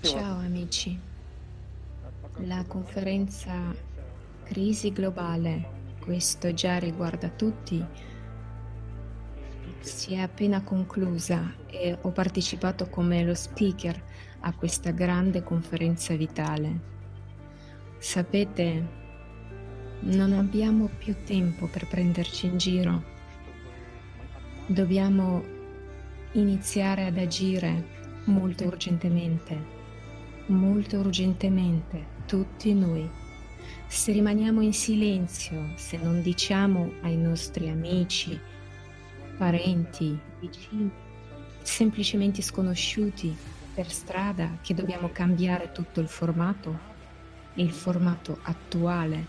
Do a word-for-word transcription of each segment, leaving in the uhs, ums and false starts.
Ciao amici, la conferenza Crisi globale, questo già riguarda tutti, si è appena conclusa e ho partecipato come lo speaker a questa grande conferenza vitale. Sapete, non abbiamo più tempo per prenderci in giro. Dobbiamo iniziare ad agire molto urgentemente. Molto urgentemente, tutti noi. Se rimaniamo in silenzio, se non diciamo ai nostri amici, parenti, vicini, semplicemente sconosciuti per strada che dobbiamo cambiare tutto il formato, il formato attuale,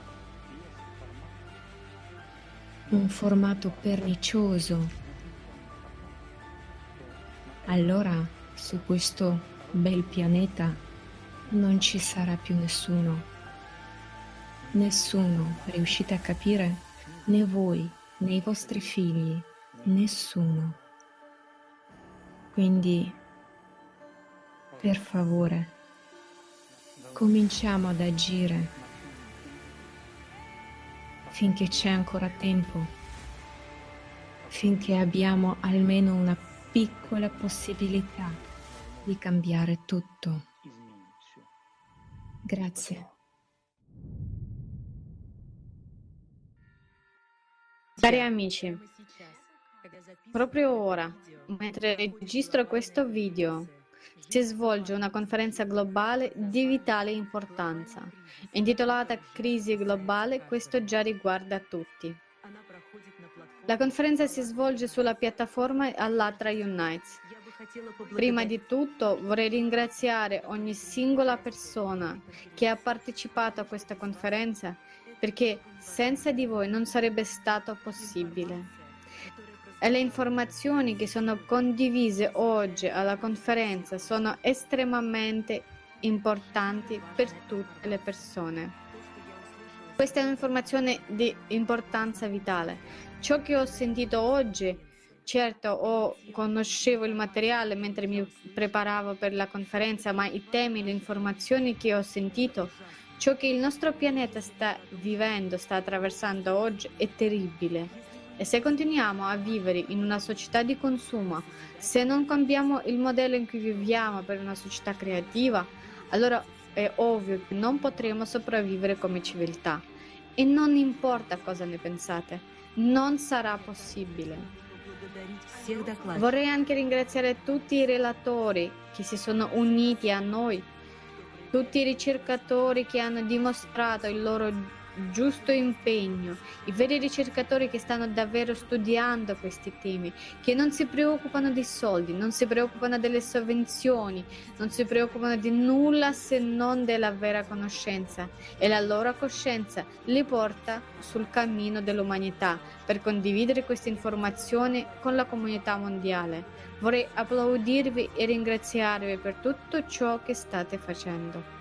un formato pernicioso, allora su questo bel pianeta non ci sarà più nessuno. Nessuno, riuscite a capire? Né voi, né i vostri figli, nessuno. Quindi, per favore, cominciamo ad agire finché c'è ancora tempo, finché abbiamo almeno una piccola possibilità di cambiare tutto. Grazie. Cari amici, proprio ora, mentre registro questo video, si svolge una conferenza globale di vitale importanza, intitolata Crisi globale, questo già riguarda tutti. La conferenza si svolge sulla piattaforma Allatra Unites. Prima di tutto vorrei ringraziare ogni singola persona che ha partecipato a questa conferenza, perché senza di voi non sarebbe stato possibile. E le informazioni che sono condivise oggi alla conferenza sono estremamente importanti per tutte le persone. Questa è un'informazione di importanza vitale. Ciò che ho sentito oggi, certo ho, conoscevo il materiale mentre mi preparavo per la conferenza, ma i temi, le informazioni che ho sentito, ciò che il nostro pianeta sta vivendo, sta attraversando oggi è terribile. E se continuiamo a vivere in una società di consumo, se non cambiamo il modello in cui viviamo per una società creativa, allora è ovvio che non potremo sopravvivere come civiltà. E non importa cosa ne pensate, non sarà possibile. Vorrei anche ringraziare tutti i relatori che si sono uniti a noi, tutti i ricercatori che hanno dimostrato il loro giusto impegno, i veri ricercatori che stanno davvero studiando questi temi, che non si preoccupano di soldi, non si preoccupano delle sovvenzioni, non si preoccupano di nulla se non della vera conoscenza, e la loro coscienza li porta sul cammino dell'umanità per condividere queste informazioni con la comunità mondiale. Vorrei applaudirvi e ringraziarvi per tutto ciò che state facendo.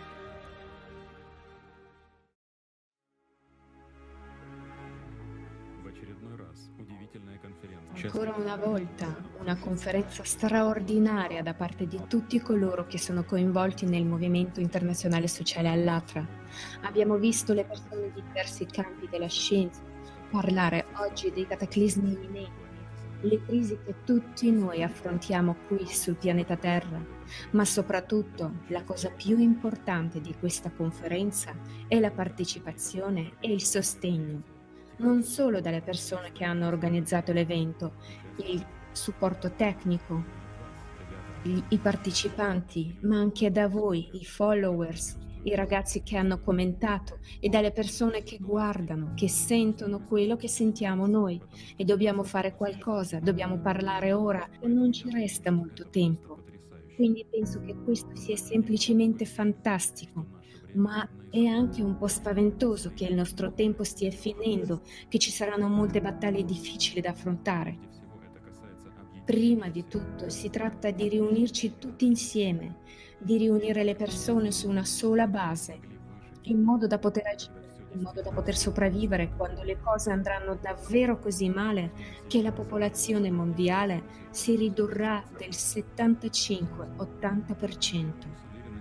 Ancora una volta, una conferenza straordinaria da parte di tutti coloro che sono coinvolti nel movimento internazionale sociale Allatra. Abbiamo visto le persone di diversi campi della scienza parlare oggi dei cataclismi imminenti, le crisi che tutti noi affrontiamo qui sul pianeta Terra, ma soprattutto la cosa più importante di questa conferenza è la partecipazione e il sostegno, non solo dalle persone che hanno organizzato l'evento, il supporto tecnico, i, i partecipanti, ma anche da voi, i followers, i ragazzi che hanno commentato e dalle persone che guardano, che sentono quello che sentiamo noi, e dobbiamo fare qualcosa, dobbiamo parlare ora e non ci resta molto tempo. Quindi penso che questo sia semplicemente fantastico, ma è anche un po' spaventoso che il nostro tempo stia finendo, che ci saranno molte battaglie difficili da affrontare. Prima di tutto si tratta di riunirci tutti insieme, di riunire le persone su una sola base, in modo da poter agire, in modo da poter sopravvivere quando le cose andranno davvero così male che la popolazione mondiale si ridurrà del settantacinque ottanta per cento.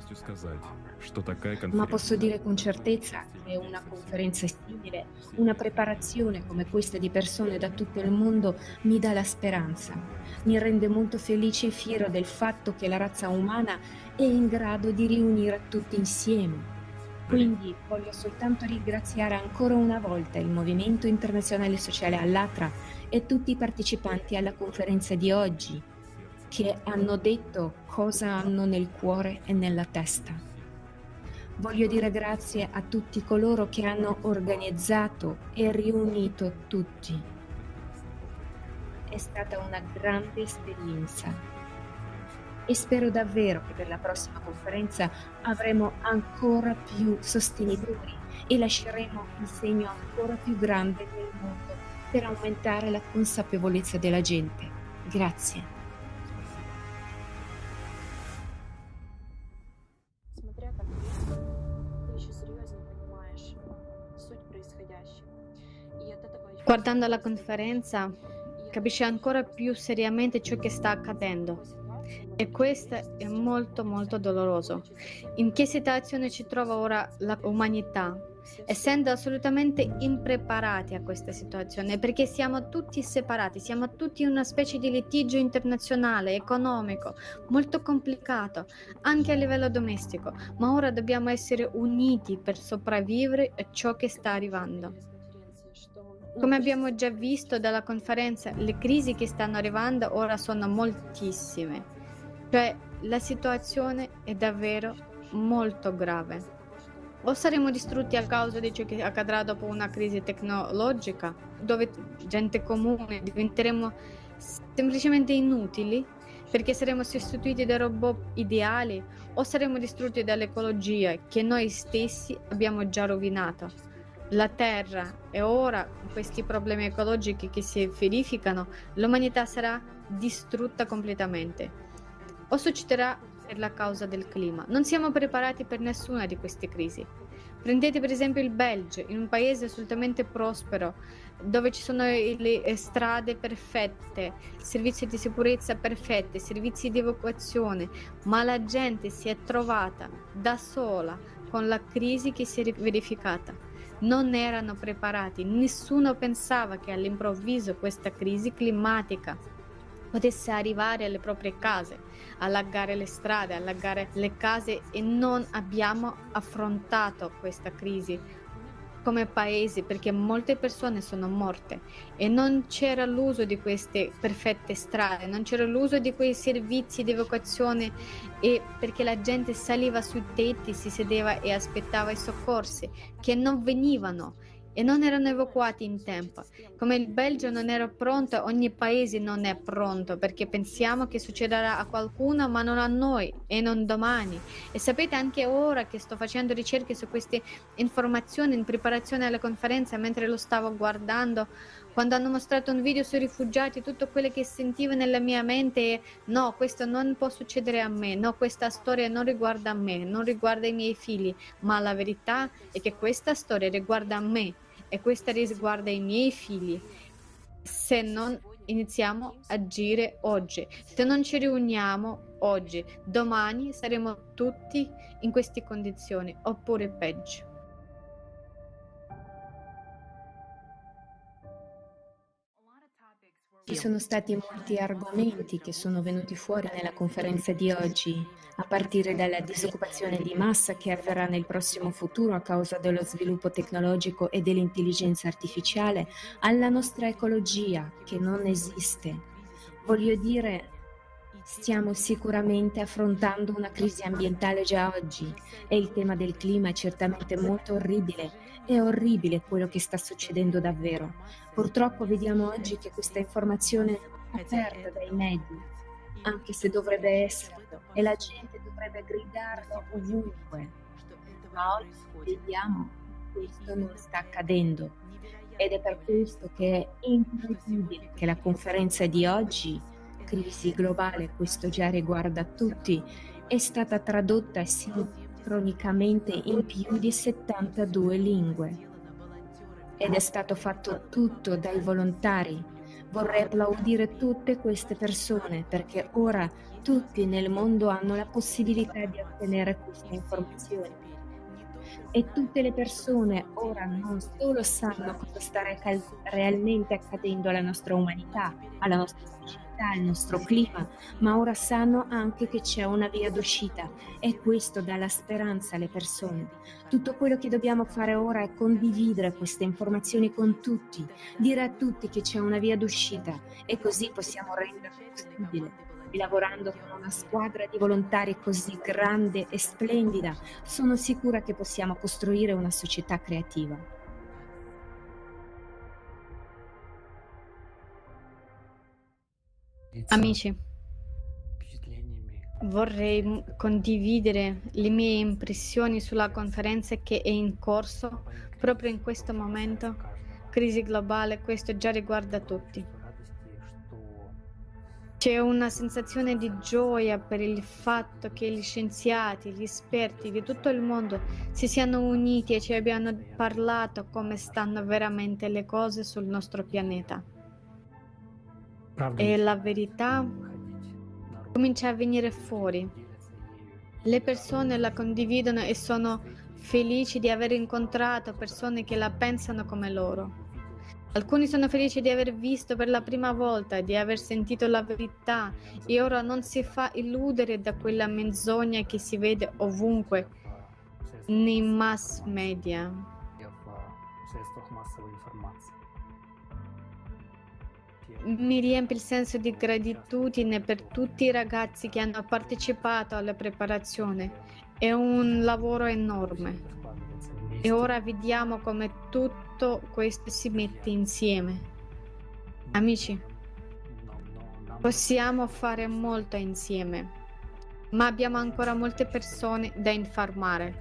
Ma posso dire con certezza che una conferenza simile, una preparazione come questa di persone da tutto il mondo mi dà la speranza. Mi rende molto felice e fiero del fatto che la razza umana è in grado di riunire tutti insieme. Quindi voglio soltanto ringraziare ancora una volta il Movimento Internazionale Sociale Allatra e tutti i partecipanti alla conferenza di oggi, che hanno detto cosa hanno nel cuore e nella testa. Voglio dire grazie a tutti coloro che hanno organizzato e riunito tutti. È stata una grande esperienza e spero davvero che per la prossima conferenza avremo ancora più sostenitori e lasceremo un segno ancora più grande nel mondo per aumentare la consapevolezza della gente. Grazie. Guardando la conferenza, capisci ancora più seriamente ciò che sta accadendo. E questo è molto molto doloroso. In che situazione ci trova ora l'umanità? Essendo assolutamente impreparati a questa situazione, perché siamo tutti separati, siamo tutti in una specie di litigio internazionale, economico, molto complicato, anche a livello domestico, ma ora dobbiamo essere uniti per sopravvivere a ciò che sta arrivando. Come abbiamo già visto dalla conferenza, le crisi che stanno arrivando ora sono moltissime. Cioè, la situazione è davvero molto grave. O saremo distrutti a causa di ciò che accadrà dopo una crisi tecnologica, dove gente comune diventeremo semplicemente inutili perché saremo sostituiti da robot ideali, o saremo distrutti dall'ecologia che noi stessi abbiamo già rovinato. La Terra e ora, con questi problemi ecologici che si verificano, l'umanità sarà distrutta completamente. O succederà per la causa del clima. Non siamo preparati per nessuna di queste crisi. Prendete per esempio il Belgio, in un paese assolutamente prospero, dove ci sono le strade perfette, servizi di sicurezza perfetti, servizi di evacuazione, ma la gente si è trovata da sola con la crisi che si è verificata. Non erano preparati, nessuno pensava che all'improvviso questa crisi climatica potesse arrivare alle proprie case, allagare le strade, allagare le case, e non abbiamo affrontato questa crisi come paese perché molte persone sono morte e non c'era l'uso di queste perfette strade, non c'era l'uso di quei servizi di evacuazione, e perché la gente saliva sui tetti, si sedeva e aspettava i soccorsi che non venivano e non erano evacuati in tempo. Come il Belgio non era pronto, ogni paese non è pronto, perché pensiamo che succederà a qualcuno, ma non a noi e non domani. E sapete, anche ora che sto facendo ricerche su queste informazioni in preparazione alla conferenza, mentre lo stavo guardando, quando hanno mostrato un video sui rifugiati, tutto quello che sentivo nella mia mente è: no, questo non può succedere a me, no, questa storia non riguarda me, non riguarda i miei figli, ma la verità è che questa storia riguarda me e questa riguarda i miei figli. Se non iniziamo a agire oggi, se non ci riuniamo oggi, domani saremo tutti in queste condizioni, oppure peggio. Ci sono stati molti argomenti che sono venuti fuori nella conferenza di oggi, a partire dalla disoccupazione di massa che avverrà nel prossimo futuro a causa dello sviluppo tecnologico e dell'intelligenza artificiale, alla nostra ecologia che non esiste. Voglio dire, stiamo sicuramente affrontando una crisi ambientale già oggi e il tema del clima è certamente molto orribile. È orribile quello che sta succedendo davvero. Purtroppo vediamo oggi che questa informazione è aperta dai media, anche se dovrebbe esserlo, e la gente dovrebbe gridarlo ovunque. Ma oggi vediamo che questo non sta accadendo, ed è per questo che è incredibile che la conferenza di oggi, Crisi globale, questo già riguarda tutti, è stata tradotta sincronicamente in più di settantadue lingue. Ed è stato fatto tutto dai volontari, Vorrei applaudire tutte queste persone perché ora tutti nel mondo hanno la possibilità di ottenere queste informazioni. E tutte le persone ora non solo sanno cosa sta recal- realmente accadendo alla nostra umanità, alla nostra società, al nostro clima, ma ora sanno anche che c'è una via d'uscita e questo dà la speranza alle persone. Tutto quello che dobbiamo fare ora è condividere queste informazioni con tutti, dire a tutti che c'è una via d'uscita e così possiamo renderlo possibile. E lavorando con una squadra di volontari così grande e splendida, sono sicura che possiamo costruire una società creativa. Amici, vorrei m- condividere le mie impressioni sulla conferenza che è in corso proprio in questo momento. Crisi globale, questo già riguarda tutti. C'è una sensazione di gioia per il fatto che gli scienziati, gli esperti di tutto il mondo si siano uniti e ci abbiano parlato come stanno veramente le cose sul nostro pianeta. E la verità comincia a venire fuori. Le persone la condividono e sono felici di aver incontrato persone che la pensano come loro. Alcuni sono felici di aver visto per la prima volta, di aver sentito la verità e ora non si fa illudere da quella menzogna che si vede ovunque nei mass media. Mi riempie il senso di gratitudine per tutti i ragazzi che hanno partecipato alla preparazione. È un lavoro enorme. E ora vediamo come tutto questo si mette insieme. Amici, possiamo fare molto insieme, ma abbiamo ancora molte persone da informare.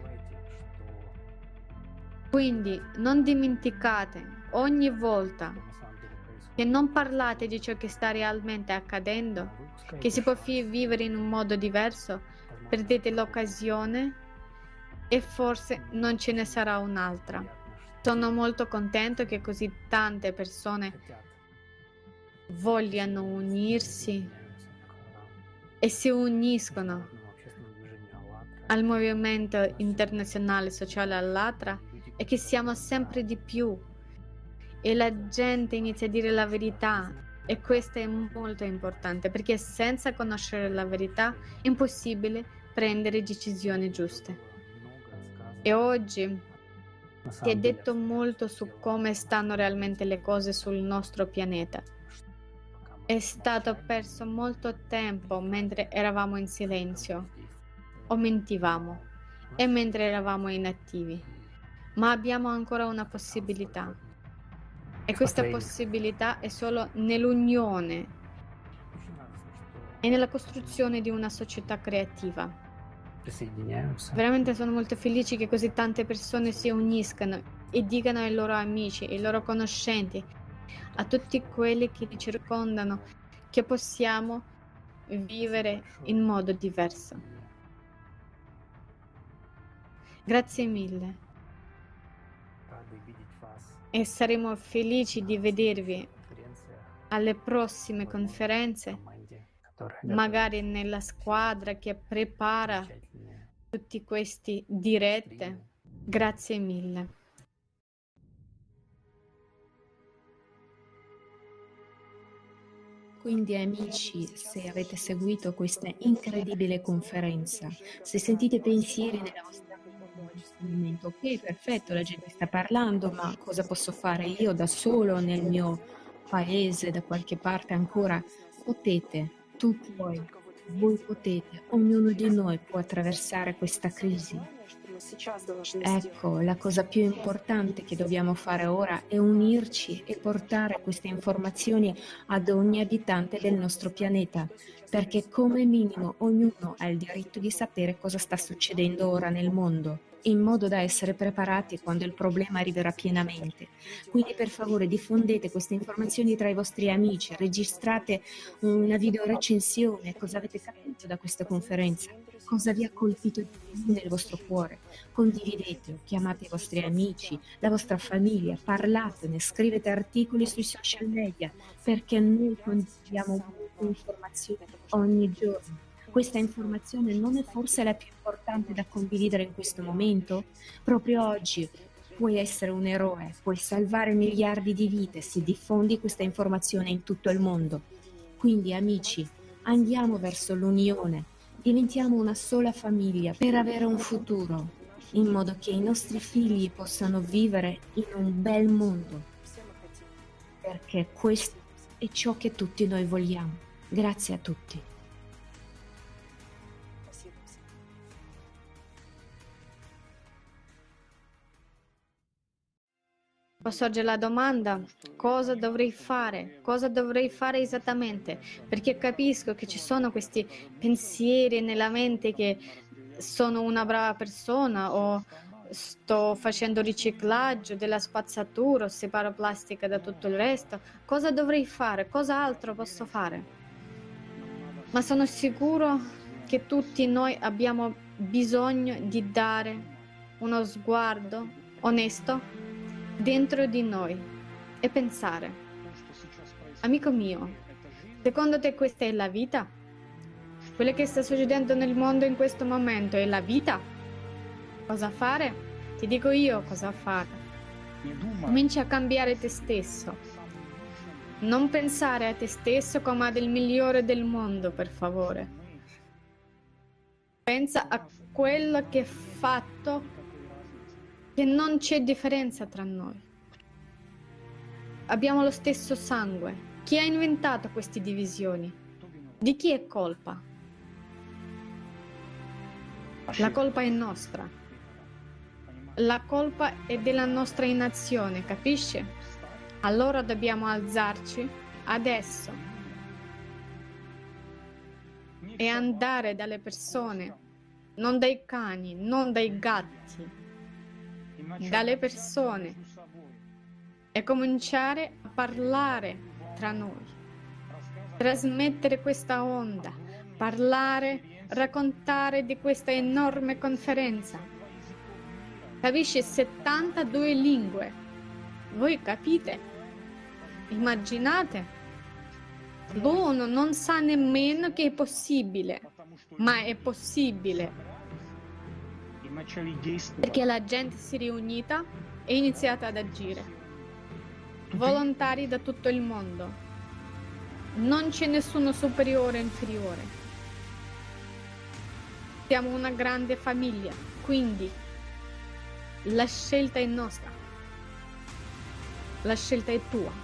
Quindi non dimenticate ogni volta che non parlate di ciò che sta realmente accadendo, che si può fi- vivere in un modo diverso, perdete l'occasione e forse non ce ne sarà un'altra. Sono molto contento che così tante persone vogliano unirsi e si uniscono al movimento internazionale sociale all'Atra e che siamo sempre di più e la gente inizia a dire la verità e questo è molto importante perché senza conoscere la verità è impossibile prendere decisioni giuste. E oggi si è detto molto su come stanno realmente le cose sul nostro pianeta. È stato perso molto tempo mentre eravamo in silenzio o mentivamo e mentre eravamo inattivi, ma abbiamo ancora una possibilità e questa possibilità è solo nell'unione e nella costruzione di una società creativa. Veramente sono molto felice che così tante persone si uniscano e dicano ai loro amici, ai loro conoscenti, a tutti quelli che li circondano, che possiamo vivere in modo diverso. Grazie mille e saremo felici di vedervi alle prossime conferenze, magari nella squadra che prepara tutti questi dirette. Grazie mille. Quindi amici, se avete seguito questa incredibile conferenza, se sentite pensieri nella vostra vita in questo momento, ok, perfetto, la gente sta parlando, ma cosa posso fare io da solo nel mio paese, da qualche parte ancora? Potete, tu puoi, voi potete, ognuno di noi può attraversare questa crisi. Ecco, la cosa più importante che dobbiamo fare ora è unirci e portare queste informazioni ad ogni abitante del nostro pianeta, perché come minimo ognuno ha il diritto di sapere cosa sta succedendo ora nel mondo. in modo da essere preparati quando il problema arriverà pienamente. Quindi per favore diffondete queste informazioni tra i vostri amici, registrate una video recensione, cosa avete capito da questa conferenza, cosa vi ha colpito di più nel vostro cuore. Condividete, chiamate i vostri amici, la vostra famiglia, parlatene, scrivete articoli sui social media, perché noi condividiamo informazione ogni giorno. Questa informazione non è forse la più importante da condividere in questo momento? Proprio oggi puoi essere un eroe, puoi salvare miliardi di vite se diffondi questa informazione in tutto il mondo. Quindi amici, andiamo verso l'unione, diventiamo una sola famiglia per avere un futuro, in modo che i nostri figli possano vivere in un bel mondo, perché questo è ciò che tutti noi vogliamo. Grazie a tutti. Posso sorge la domanda, cosa dovrei fare? Cosa dovrei fare esattamente? Perché capisco che ci sono questi pensieri nella mente che sono una brava persona o sto facendo riciclaggio della spazzatura o separo plastica da tutto il resto. Cosa dovrei fare? Cosa altro posso fare? Ma sono sicuro che tutti noi abbiamo bisogno di dare uno sguardo onesto dentro di noi e pensare, amico mio, secondo te questa è la vita? Quello che sta succedendo nel mondo in questo momento è la vita? Cosa fare? Ti dico io cosa fare. Comincia a cambiare te stesso. Non pensare a te stesso come ad il migliore del mondo, per favore. Pensa a quello che è fatto, che non c'è differenza tra noi. Abbiamo lo stesso sangue. Chi ha inventato queste divisioni? Di chi è colpa? La colpa è nostra. La colpa è della nostra inazione, capisci? Allora dobbiamo alzarci adesso e andare dalle persone, non dai cani, non dai gatti, dalle persone e cominciare a parlare tra noi, trasmettere questa onda, parlare, raccontare di questa enorme conferenza. Capisci? settantadue lingue. Voi capite? Immaginate? L'uno non sa nemmeno che è possibile, ma è possibile. Perché la gente si è riunita e ha iniziato ad agire. Volontari da tutto il mondo. Non c'è nessuno superiore o inferiore. Siamo una grande famiglia, quindi la scelta è nostra. La scelta è tua.